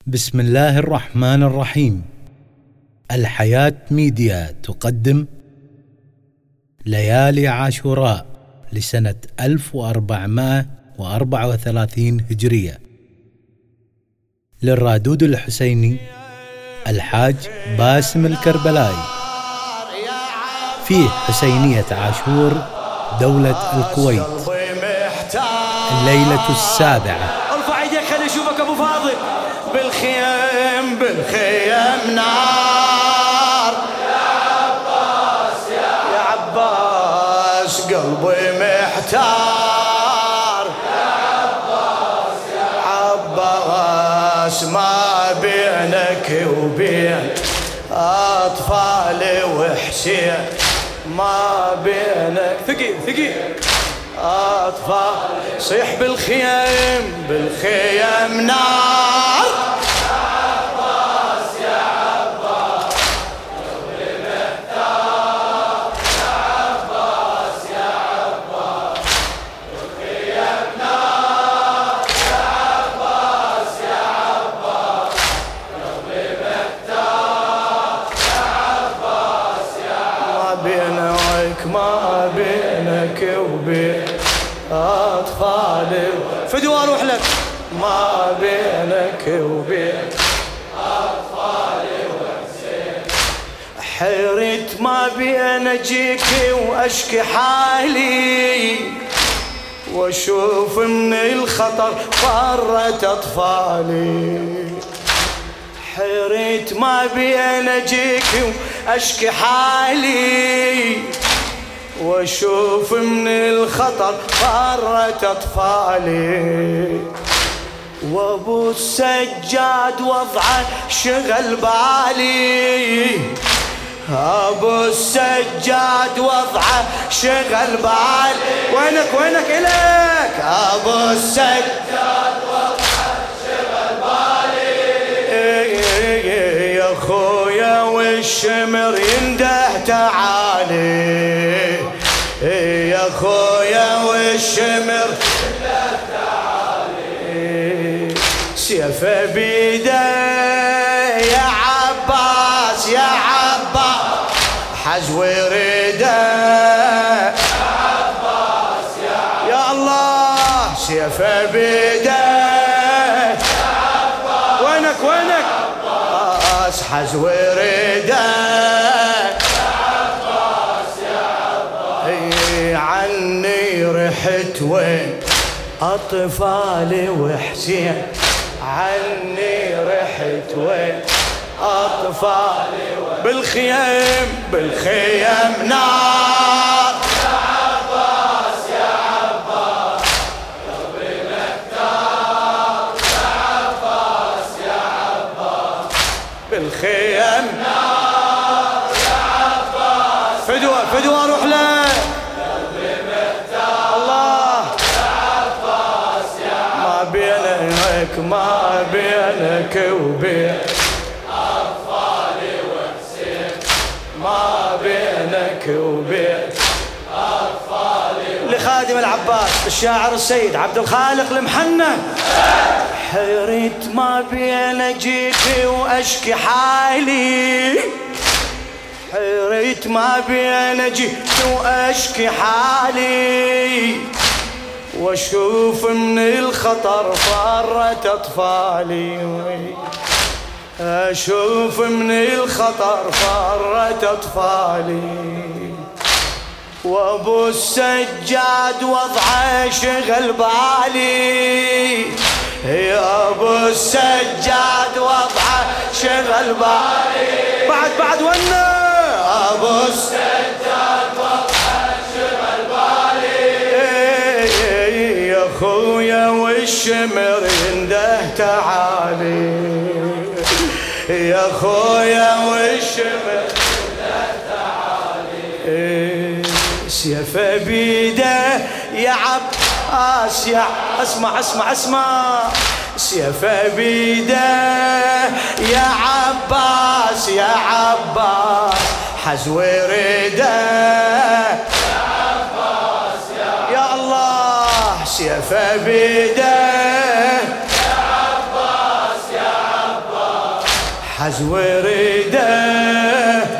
بسم الله الرحمن الرحيم. الحياة ميديا تقدم ليالي عاشوراء لسنة 1434 هجرية للرادود الحسيني الحاج باسم الكربلائي في حسينية عاشور دولة الكويت، الليلة السابعة. ارفع ايديك خلي اشوفك ابو فاضل. بالخيم نار يا عباس قلبي محتار يا عباس ما بينك وبين اطفالي وحسين، ما بينك ثقيل أطفال. صيح بالخيم نار يا عباس يا عباس قلبي محتار يا عباس يا عباس بالخيم نار يا عباس يا عباس قلبي محتار يا عباس يا عباس. ما بينك وبين أطفالي فدوى أروح لك، ما بينك وبين أطفالي وحسين. حيرت ما بين أجيك وأشكي حالي وأشوف من الخطر فرت أطفالي. حيرت ما بين أجيك وأشكي حالي واشوف من الخطر فرت اطفالي. وابو السجاد وضعه شغل بالي، ابو السجاد وضعه شغل بالي. وينك الك ابو السجاد وضعه شغل بالي. يا خويا والشمر ينده تعالي، يا خويا والشمر تعالي. سيفه بيده يا عباس يا عباس حزو ريده يا عباس يا الله. سيفه بيده يا عباس وينك عباس حزو ريده عني رحت وين أطفالي وحسين، عني رحت وين أطفالي بالخيم نار يا عباس يا عباس قلبي محتار يا عباس يا عباس بالخيم نار يا عباس. فدوى أروح لك. ما بينك وبين أطفالي وحسين، ما بينك وبين أطفالي وحسين. لخادم العباس الشاعر السيد عبد الخالق المحنى. حيرت ما بين أجيك وأشكي حالي، حيرت ما بين أجيك وأشكي حالي واشوف من الخطر فرت اطفالي. اشوف من الخطر فرت اطفالي. وابو السجاد وضعه شغل بالي، يا ابو السجاد وضعه شغل بالي. بعد ونا ابو السجاد وضعه شغل بالي. يا خويا والشمر ينده تعالي، يا خويا والشمر ينده تعالي. سيفه بيده يا عباس يا اسمع سيفه بيده يا عباس يا عباس حزو ريده يا الله. سيفه بيده يا عباس يا عباس حز ورده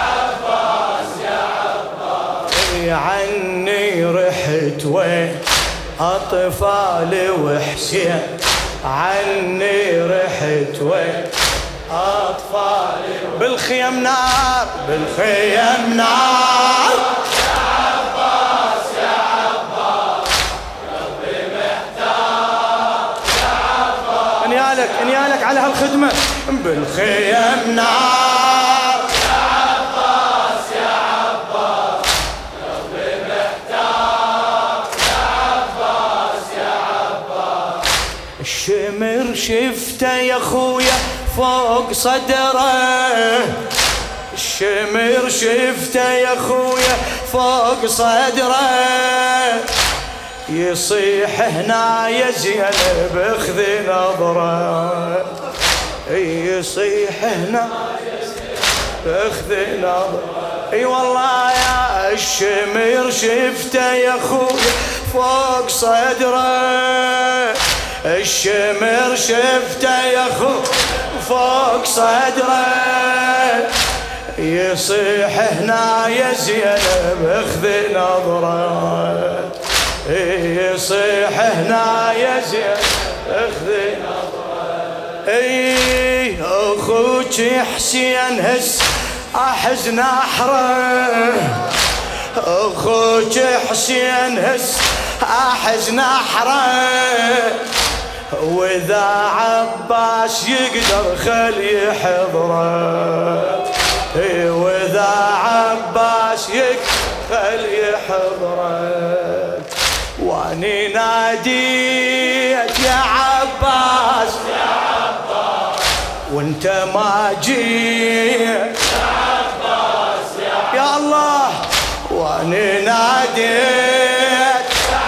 عني رحت وين أطفال وحسين عني رحت وين أطفال بالخيم نار بالخيم نار يا عباس يا عباس قلبي محتار يا عباس انيالك على هالخدمة بالخيم نار يا عباس يا عباس قلبي محتار يا عباس يا عباس الشمر شفته يا خويا فوق صدره الشمر شفته يا خويا فوق صدره يصيح هنا يا زينب اخذي نظره يصيح هنا اخذي نظره اي والله يا الشمر شفته يا خويا فوق صدره الشمر شفته يا خو فوق صدره يصيح هنا يا زينب اخذي نظره يصيح هنا يا زينب اخذي نظره اي اخوك حسين هس احزن احره اخوك حسين هس احزن احره واذا عباس يقدر خلي حضره واذا عباس يقدر خلي حضره واني ناديت يا عباس يا عباس وانت ما جيت يا عباس يا الله واني ناديت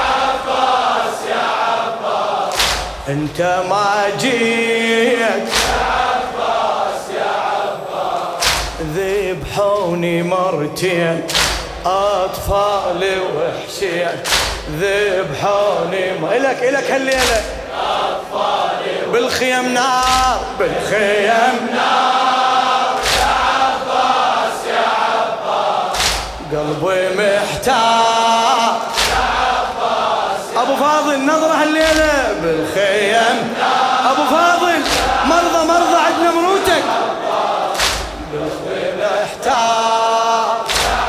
انت ما جيت يا عباس يا عباس ذبحوني مرتين اطفالي وحسين ذبحوني الك هالليله اطفالي بالخيم نار بالخيم نار يا عباس يا عباس قلبي محتار ابو فاضل نظره هالليله بالخيم ابو فاضل مرضى عندنا مروتك بالخيم احتار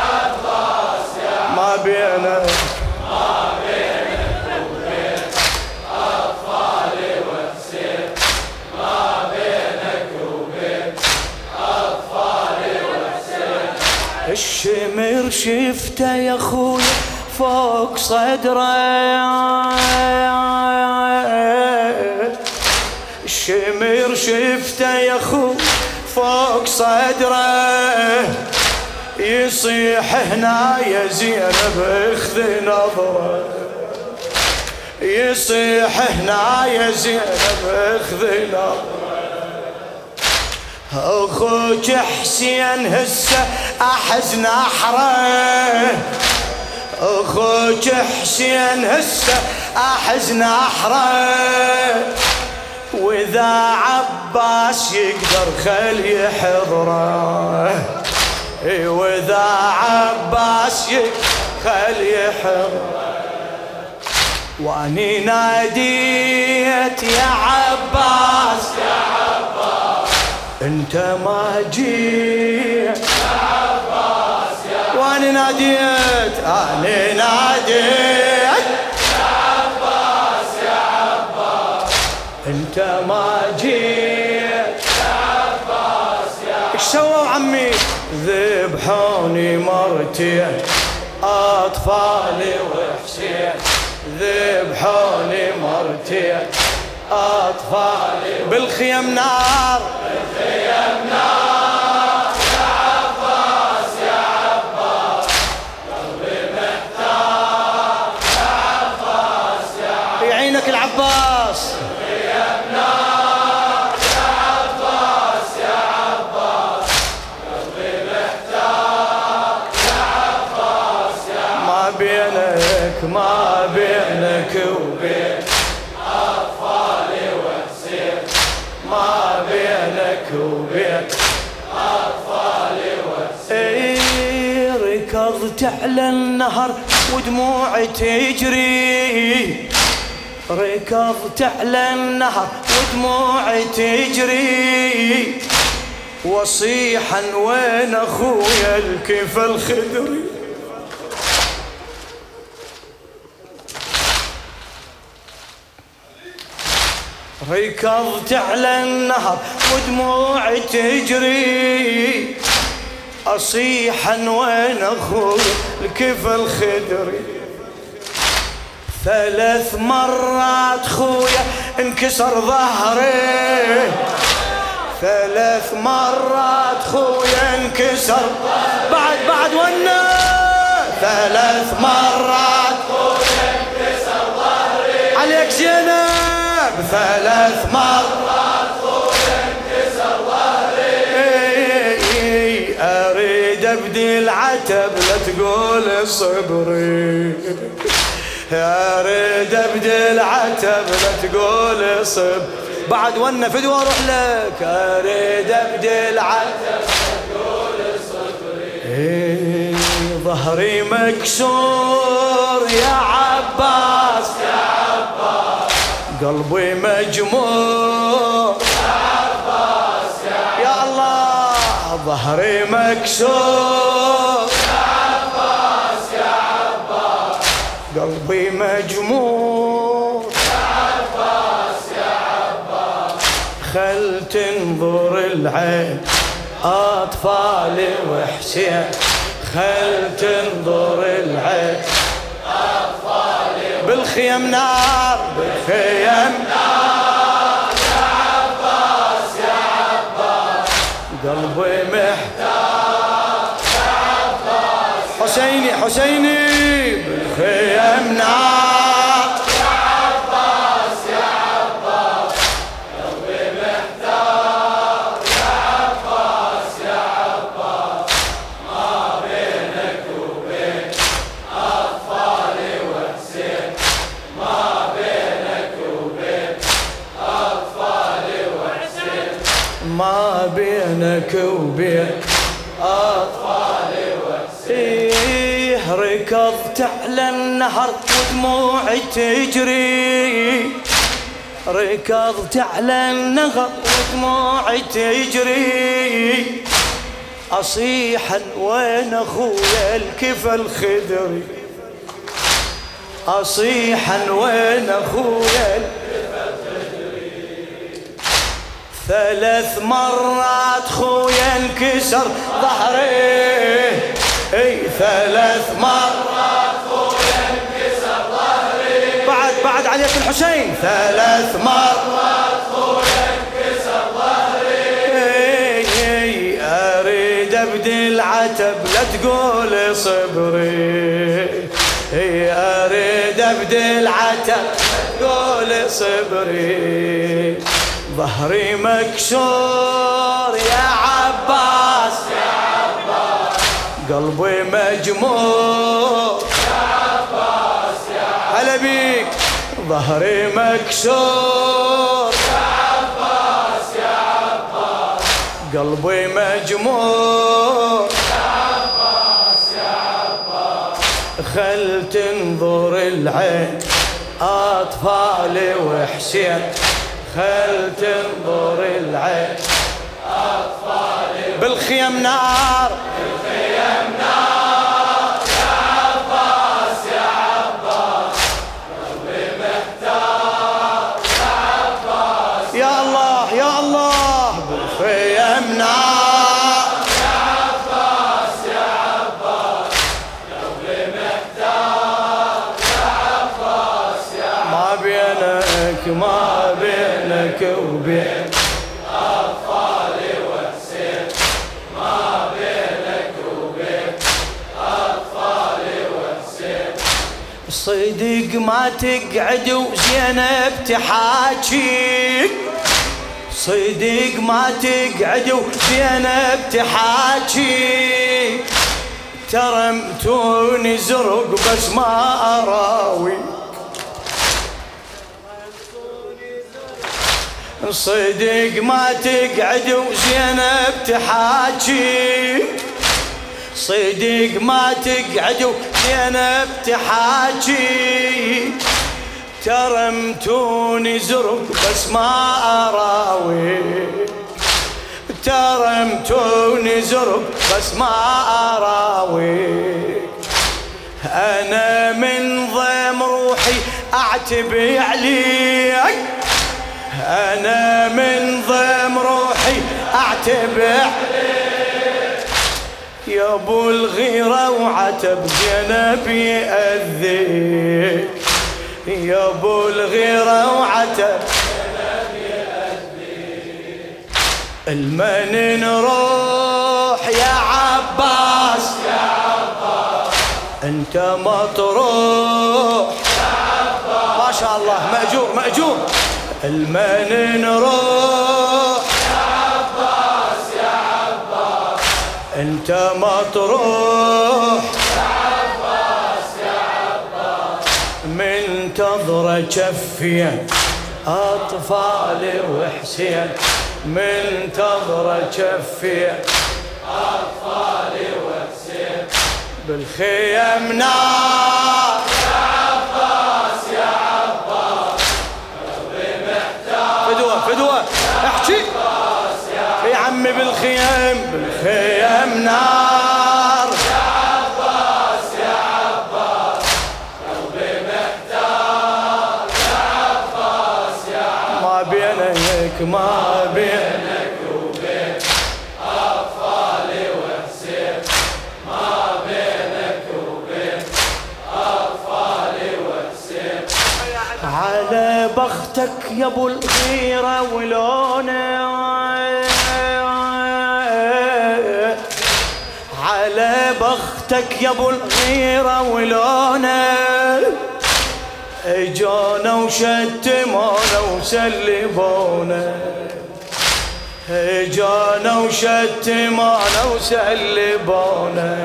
ما بينك وبين اطفالي وحسين ما بينك وبين اطفالي وحسين الشمر شفته يا خويا فوق صدره الشمر شفته يا خو فوق صدره يصيح هنا يا زينب اخذي نظره يصيح هنا يا زينب اخذي نظره اخوك حسين هسه احزن احره اخوك حسين هسه احزن احره واذا عباس يقدر خلي حضره واذا عباس يقدر خلي حضره واني ناديت يا عباس يا عباس انت ما جيت يا عباس يا واني ناديت اني ناديت يا عباس يا عباس انت ما جيت يا عباس يا ايش سووا عمي ذبحوني مرتين اطفالي وحسين ذبحوني مرتين اطفالي بالخيم نار بالخيم نار يا عباس يا عباس قلبي محتار يا عباس يا يعينك العباس بالخيم نار يا عباس يا عباس قلبي محتار يا عباس يا ما بينك وبين أطفالي وحسين ما بينك بينك وبين أطفالي وحسين. ركضت على النهر ودموعي تجري، ركضت على النهر ودموعي تجري، وصيحا وين اخويا الكيف الخدري. ركضت على النهر ودموعي تجري، اصيحا وين اخويا الكيف الخدري. 3 مرات خويا انكسر ظهري، 3 مرات خويا انكسر، بعد ونا 3 مرات خويا انكسر ظهري. عليك زينب 3 مرات خويا انكسر ظهري. اريد ابدي العتب لا تقول صبري، اريد ابدي العتب لا تقول صبري. بعد ونا فدوى اروح لك، اريد ابدي العتب لا تقول صبري. ظهري مكسور يا عباس، يا عباس قلبي مجموع يا عباس، يا الله. ظهري مكسور يا عباس، يا عباس قلبي مجموع يا عباس، يا عباس. خل تنظر العين أطفالي وحسين، خل تنظر العين أطفالي بالخيم نار، بالخيم نار يا عباس، يا عباس قلبي محتار يا عباس. حسيني حسيني بالخيم نار يا عباس، يا عباس قلبي محتار يا عباس، يا عباس. ما بينك وبين أطفالي وحسين، ما بينك وبين أطفالي وحسين، ما بينك وبين أطفالي وحسين. ركضت على النهر ودموعي تجري، ركضت على النهر ودموعي تجري، أصيحا وين أخويا الكيف الخدري، أصيحا وين أخويا الكيف الخدري. 3 مرات خويا انكسر ظهري، 3 مرات خويا انكسر ظهري. بعد عليك الحسين 3 مرات خويا انكسر ظهري. اريد ابدي العتب لا تقول صبري، اريد ابدي العتب لا تقول صبري. ظهري مكسور يا عباس، يا عباس قلبي مجموع يا عباس، يا هلا بيك. ظهري مكسور يا عباس، يا عباس قلبي مجموع يا عباس، يا عباس. خل تنظر العين أطفالي وحسين، خل تنظر العين أطفالي بالخيم نار، بالخيم نار يا عباس، يا عباس قلبي محتار يا عباس. يا الله يا الله بالخيم نار يا عباس، يا عباس قلبي محتار يا عباس، يا ما بينك ما بينك وبين أطفالي وحسين، ما بينك وبين أطفالي وحسين. صدق ما تقعد وزينب تحاكي، صدق ما تقعد وزينب تحاكي، ترى متوني زرق بس ما أراوي، صدق ما تقعد وزينب تحاكي، صدق ما تقعد وزينب تحاكي، ترمتوني زرق بس ما أراوي، ترمتوني زرق بس ما أراوي، أنا من ضيم روحي أعتب عليك، أنا من ضيم روحي أعتب عليك، يا أبو الغيرة وعتب زينب يأذيك، يا أبو الغيرة وعتب زينب يأذيك، المن نروح يا عباس، يا عباس أنت مطروح، يا عباس ما شاء الله مأجور مأجور، المن نروح يا عباس يا عباس أنت مطروح، يا عباس يا عباس من تضرة شفية أطفال وحسين، من تضرة شفية أطفال وحسين، بالخيم نار يا عباس يا عباس قلبي محتار، فدوة فدوة احكي في عمي بالخيم، بالخيم نار يا عباس يا عباس قلبي محتار، يا عباس يا عباس ما بينك ما بين بينك وبين أطفال وحسين، ما بينك وبين أطفال وحسين، على بختك يا ابو الغيرة ولونه، على بختك يا ابو الغيرة ولونه، اجونا وشتمونا وسلبونا، اجونا وشتمونا وسلبونا،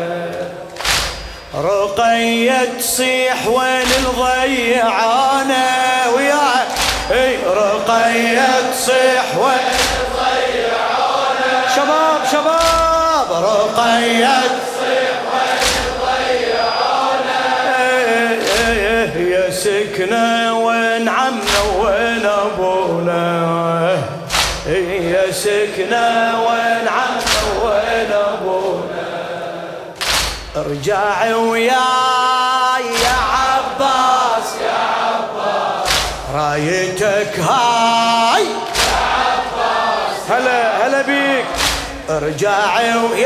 رقية تصيح وين الضيعانة ويا رقية تصيح وين ضيعونا شباب شباب، رقية تصيح وين ضيعونا، يا سكنة وين عمنا وين أبونا، يا سكنة وين عمنا وين أبونا، ارجع وياي يا عباس يا عباس رايتك هاي، يا عباس هلا هلا بيك، ارجع وياي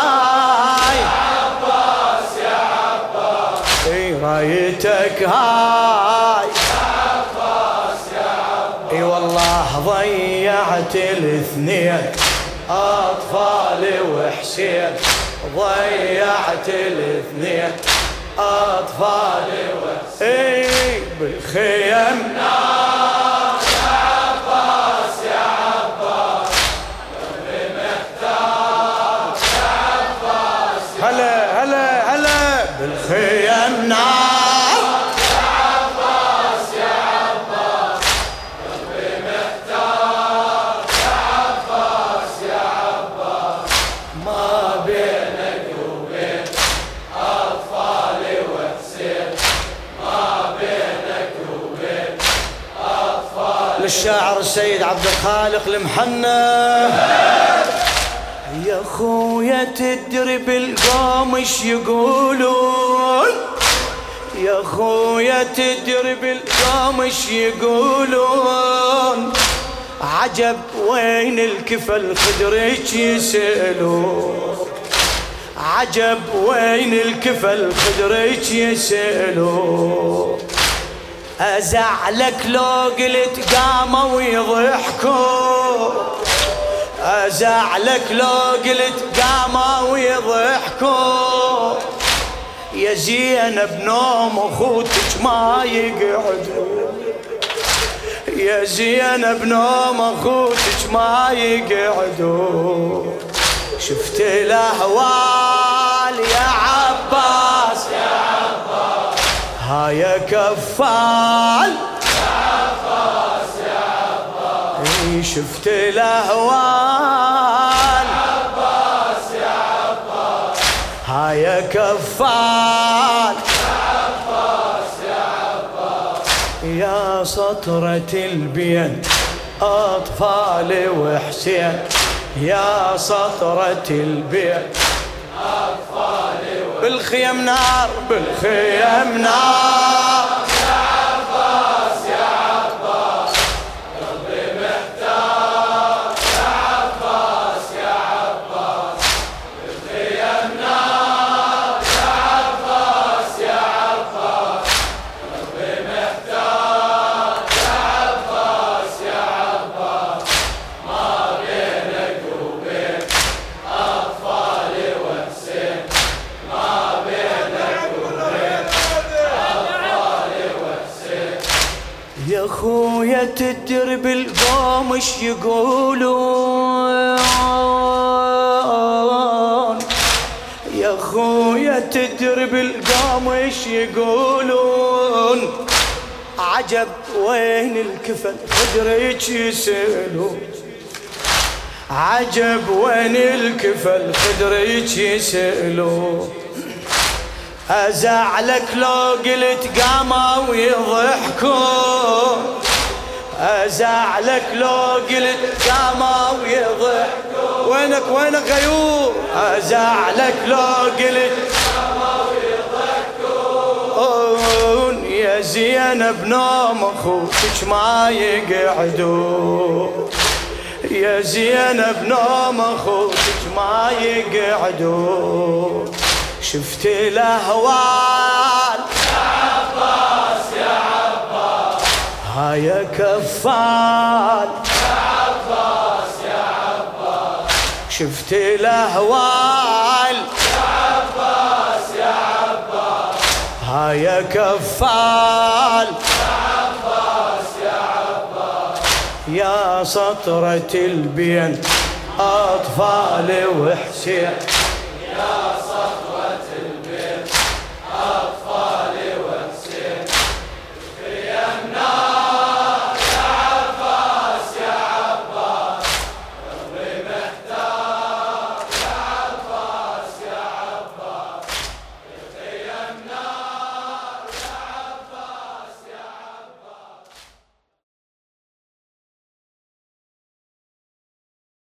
عباس يا عباس رايتك هاي، يا عباس يا عباس اي والله ضيعت الاثنين اطفال وحسين، ضيعت الاثنين اطفال وحسين، اي بالخيم نار يا عباس يا عباس قلبي محتار، يا عباس هلا هلا هلا بالخيم نار يا عباس يا عباس قلبي محتار، يا عباس يا عباس ما بينك وبين أطفال وحسين، ما بينك وبين أطفال للشاعر السيد عبد الخالق المحنى، يا خويا تدري بالقوم ايش يقولون، يا خويا تدري بالقوم ايش يقولون، عجب وين الكفل خدرك يسألون، عجب وين الكفل خدرك يسألون، أزعلك لو قلت قاموا ويضحكوا، أزعلك لو قلت قاموا ويضحكوا، يا زينب نوم أخوتك ما يقعدوا، يا زينب نوم أخوتك ما يقعدوا، شفت الأهوال يا عباس يا عباس هاي كفال يا عباس يا عباس شفت الاهوال عباس يا عباس هاي كفال يا عباس يا سطرة البين أطفال وحسين يا سطرة البين أطفال بالخيم نار بالخيم نار يا عباس يا عباس قلبي محتار يا عباس يا عباس بالخيم نار يا عباس يا عباس قلبي محتار يا عباس يا عباس ما بينك وبين أطفال وحسين ما بينك وبين أطفال وحسين يا خويا تدري بالقوم اش يقولون يا خويا تدري بالقوم اش يقولون عجب وين الكفن خدريك يسألون عجب وين الكفن خدريك يسألون أزعلك لو قلت قاموا يضحكون أزعلك لو قلت قاموا يضحكون وينك غيور أزعلك لو قلت قاموا يضحكون يا زينب نوم أخوتك ما يقعدون يا زينب نوم أخوتك ما يقعدون شفت الأهوال يا عباس يا عباس هاي كفال يا عباس يا عباس شفت الأهوال يا عباس يا عباس هاي كفال يا عباس يا عباس يا سطرة البين أطفال وحسين يا